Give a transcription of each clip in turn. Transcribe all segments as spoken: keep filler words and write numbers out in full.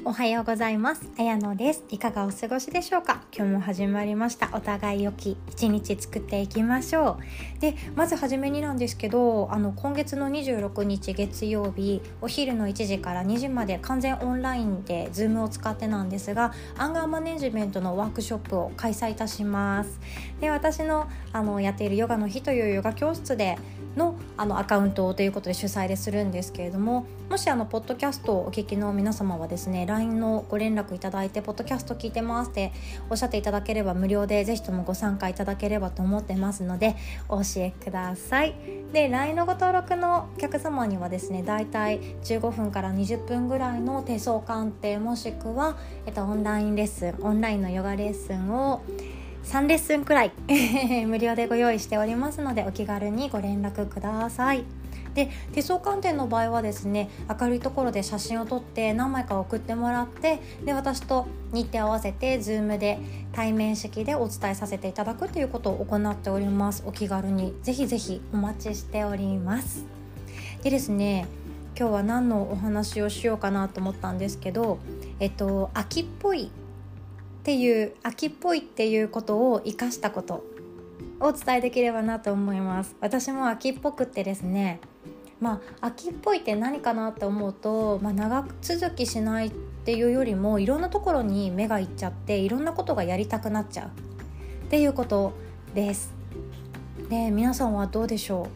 おはようございます。あやのです。いかがお過ごしでしょうか。今日も始まりました。お互い良き一日作っていきましょう。で、まずはじめになんですけど、あの今月のにじゅうろくにち月曜日、お昼のいちじからにじまで完全オンラインで Zoom を使ってなんですが、アンガーマネジメントのワークショップを開催いたします。で、私のあのやっているヨガの日というヨガ教室での, あのアカウントということで主催でするんですけれども、もしあのポッドキャストをお聞きの皆様はですね、 ライン のご連絡いただいてポッドキャスト聞いてますっておっしゃっていただければ無料でぜひともご参加いただければと思ってますのでお教えください。で ライン のご登録のお客様にはですね、だいたいじゅうごふんからにじゅっぷんぐらいの手相鑑定もしくは、えっと、オンラインレッスンオンラインのヨガレッスンをさんレッスンくらい無料でご用意しておりますのでお気軽にご連絡ください。で手相鑑定の場合はですね、明るいところで写真を撮って何枚か送ってもらって、で私と日程合わせて Zoom で対面式でお伝えさせていただくということを行っております。お気軽にぜひぜひお待ちしております。でですね、今日は何のお話をしようかなと思ったんですけど、えっと秋っぽいっていう秋っぽいっていうことを生かしたことをお伝えできればなと思います。私も秋っぽくってですね、まあ秋っぽいって何かなって思うと、まあ、長続きしないっていうよりもいろんなところに目がいっちゃっていろんなことがやりたくなっちゃうっていうことです。で皆さんはどうでしょう。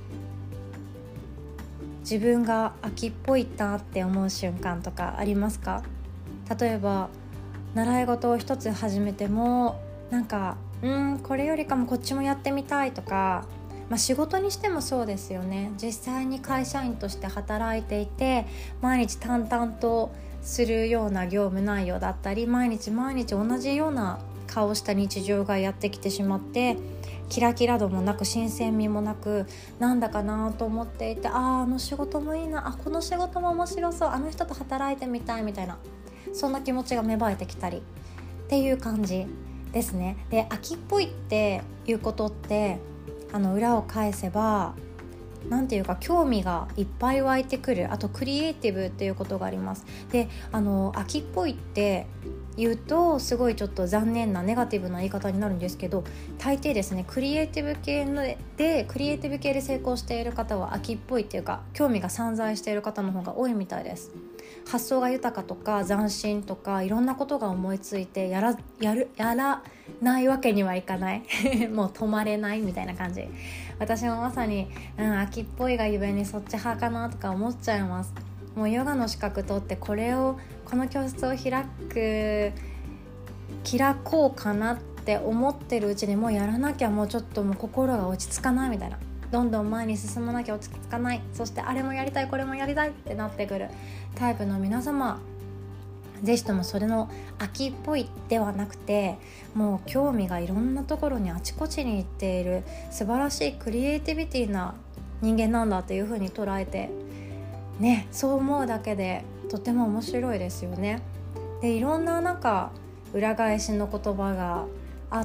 自分が秋っぽいなって思う瞬間とかありますか？例えば習い事を一つ始めてもなんかうーんこれよりかもこっちもやってみたいとか、まあ、仕事にしてもそうですよね。実際に会社員として働いていて毎日淡々とするような業務内容だったり、毎日毎日同じような顔をした日常がやってきてしまって、キラキラ度もなく新鮮味もなくなんだかなと思っていて、あああの仕事もいいな、あこの仕事も面白そう、あの人と働いてみたいみたいな、そんな気持ちが芽生えてきたりっていう感じですね。で秋っぽいっていうことってあの裏を返せばなんていうか興味がいっぱい湧いてくる、あとクリエイティブっていうことがあります。であの秋っぽいって言うとすごいちょっと残念なネガティブな言い方になるんですけど、大抵ですねクリエイティブ系でクリエイティブ系で成功している方は秋っぽいっていうか興味が散在している方の方が多いみたいです。発想が豊かとか斬新とかいろんなことが思いついてやら、やる、やらないわけにはいかないもう止まれないみたいな感じ。私もまさに、うん、秋っぽいがゆえにそっち派かなとか思っちゃいます。もうヨガの資格取ってこれをこの教室を開く開こうかなって思ってるうちにもうやらなきゃもうちょっともう心が落ち着かないみたいな、どんどん前に進まなきゃ落ち着かない、そしてあれもやりたいこれもやりたいってなってくるタイプの皆様、ぜひともそれの秋っぽいではなくて、もう興味がいろんなところにあちこちに行っている素晴らしいクリエイティビティな人間なんだというふうに捉えてね、そう思うだけでとても面白いですよね。でいろんななんか裏返しの言葉があって、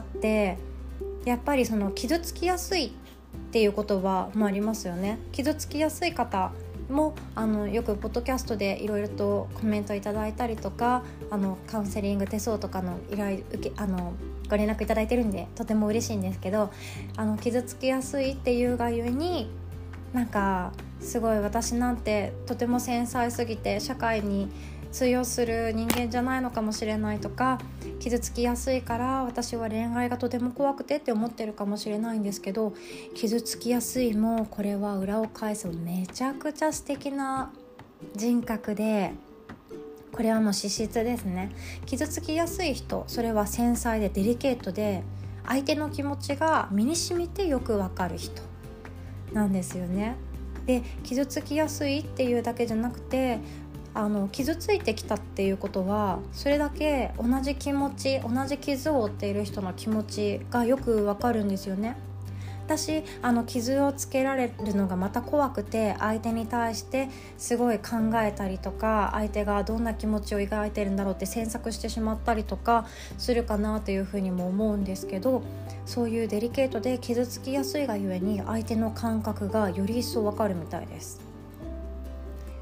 やっぱりその傷つきやすいっていう言葉もありますよね。傷つきやすい方もあのよくポッドキャストでいろいろとコメントいただいたりとか、あのカウンセリング手相とかの依頼受けあのご連絡いただいてるんでとても嬉しいんですけど、あの傷つきやすいっていうがゆえになんかすごい私なんてとても繊細すぎて社会に通用する人間じゃないのかもしれないとか、傷つきやすいから私は恋愛がとても怖くてって思ってるかもしれないんですけど、傷つきやすいもこれは裏を返すめちゃくちゃ素敵な人格で、これはもう資質ですね。傷つきやすい人、それは繊細でデリケートで相手の気持ちが身に染みてよくわかる人なんですよね。で傷つきやすいっていうだけじゃなくて、あの傷ついてきたっていうことはそれだけ同じ気持ち同じ傷を負っている人の気持ちがよくわかるんですよね。私あの傷をつけられるのがまた怖くて相手に対してすごい考えたりとか、相手がどんな気持ちを描いてるんだろうって詮索してしまったりとかするかなというふうにも思うんですけど、そういうデリケートで傷つきやすいがゆえに相手の感覚がより一層わかるみたいです。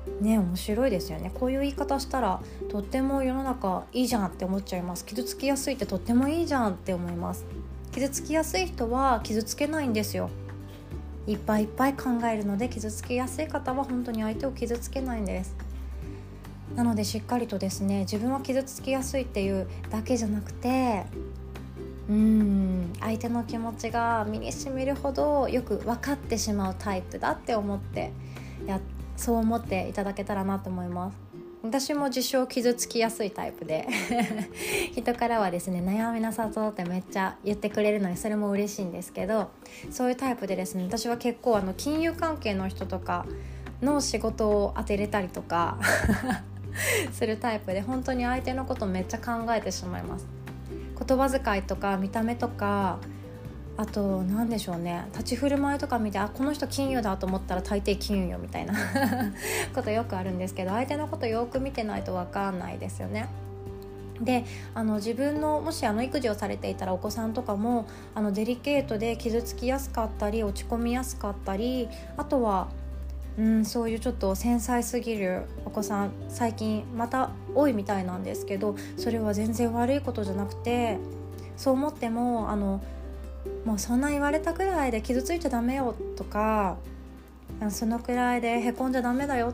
ね、面白いですよね。こういう言い方したらとっても世の中いいじゃんって思っちゃいます。傷つきやすいってとってもいいじゃんって思います。傷つきやすい人は傷つけないんですよ。いっぱいいっぱい考えるので、傷つきやすい方は本当に相手を傷つけないんです。なのでしっかりとですね、自分は傷つきやすいっていうだけじゃなくて、うーん相手の気持ちが身に染みるほどよく分かってしまうタイプだって思ってやそう思っていただけたらなと思います。私も自称傷つきやすいタイプで人からはですね、悩みなさそうってめっちゃ言ってくれるので、それも嬉しいんですけど、そういうタイプでですね、私は結構あの金融関係の人とかの仕事を当てれたりとかするタイプで、本当に相手のことめっちゃ考えてしまいます。言葉遣いとか見た目とか、あと何でしょうね、立ち振る舞いとか見て、あ、この人金融だと思ったら大抵金融よみたいなことよくあるんですけど、相手のことよく見てないと分かんないですよね。で、あの自分のもしあの育児をされていたらお子さんとかもあのデリケートで傷つきやすかったり落ち込みやすかったり、あとはうんそういうちょっと繊細すぎるお子さん最近また多いみたいなんですけど、それは全然悪いことじゃなくて、そう思ってもあのもうそんな言われたくらいで傷ついちゃダメよとか、そのくらいでへこんじゃダメだよって、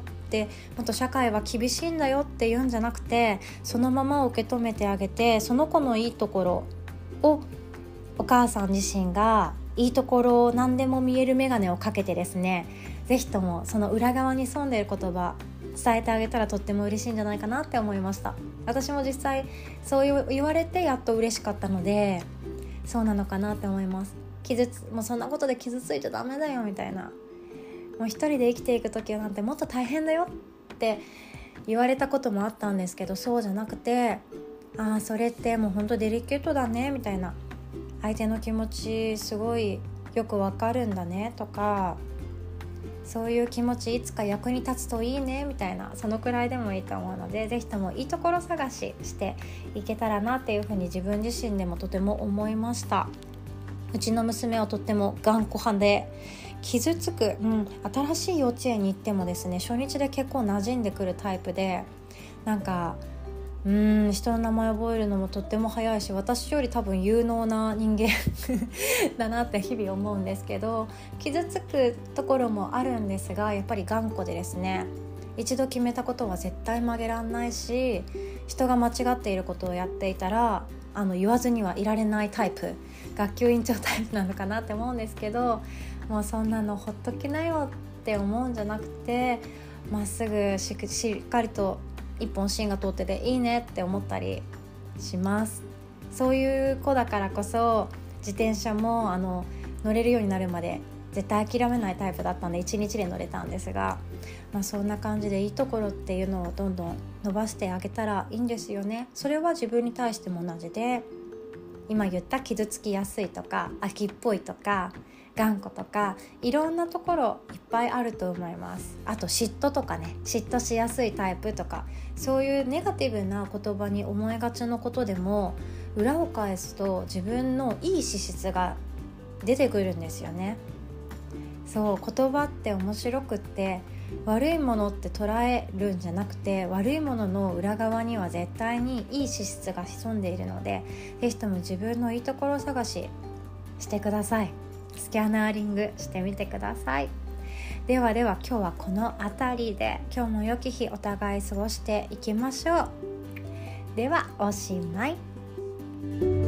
もっと社会は厳しいんだよって言うんじゃなくて、そのまま受け止めてあげて、その子のいいところをお母さん自身がいいところを何でも見える眼鏡をかけてですね、ぜひともその裏側に潜んでいる言葉伝えてあげたらとっても嬉しいんじゃないかなって思いました。私も実際そう言われてやっと嬉しかったので、そうなのかなって思います。傷つもうそんなことで傷ついちゃダメだよみたいな、もう一人で生きていく時なんてもっと大変だよって言われたこともあったんですけど、そうじゃなくて、ああそれってもう本当デリケートだねみたいな、相手の気持ちすごいよくわかるんだねとか、そういう気持ちいつか役に立つといいねみたいな、そのくらいでもいいと思うので、ぜひともいいところ探ししていけたらなっていうふうに自分自身でもとても思いました。うちの娘はとっても頑固派で、傷つく、うん、新しい幼稚園に行ってもですね、初日で結構馴染んでくるタイプで、なんかうーん人の名前覚えるのもとっても早いし、私より多分有能な人間だなって日々思うんですけど、傷つくところもあるんですが、やっぱり頑固でですね、一度決めたことは絶対曲げらんないし、人が間違っていることをやっていたらあの言わずにはいられないタイプ、学級委員長タイプなのかなって思うんですけど、もうそんなのほっときなよって思うんじゃなくて、まっすぐ し, しっかりと一本芯が通ってていいねって思ったりします。そういう子だからこそ、自転車もあの乗れるようになるまで絶対諦めないタイプだったんでいちにちで乗れたんですが、まあ、そんな感じでいいところっていうのをどんどん伸ばしてあげたらいいんですよね。それは自分に対しても同じで、今言った傷つきやすいとか秋っぽいとか頑固とか、いろんなところいっぱいあると思います。あと嫉妬とかね、嫉妬しやすいタイプとか、そういうネガティブな言葉に思いがちのことでも、裏を返すと自分のいい資質が出てくるんですよね。そう、言葉って面白くって、悪いものって捉えるんじゃなくて、悪いものの裏側には絶対にいい資質が潜んでいるので、ぜひとも自分のいいところ探ししてください。スキャナーリングしてみてください。ではでは今日はこの辺りで、今日も良き日お互い過ごしていきましょう。ではおしまい。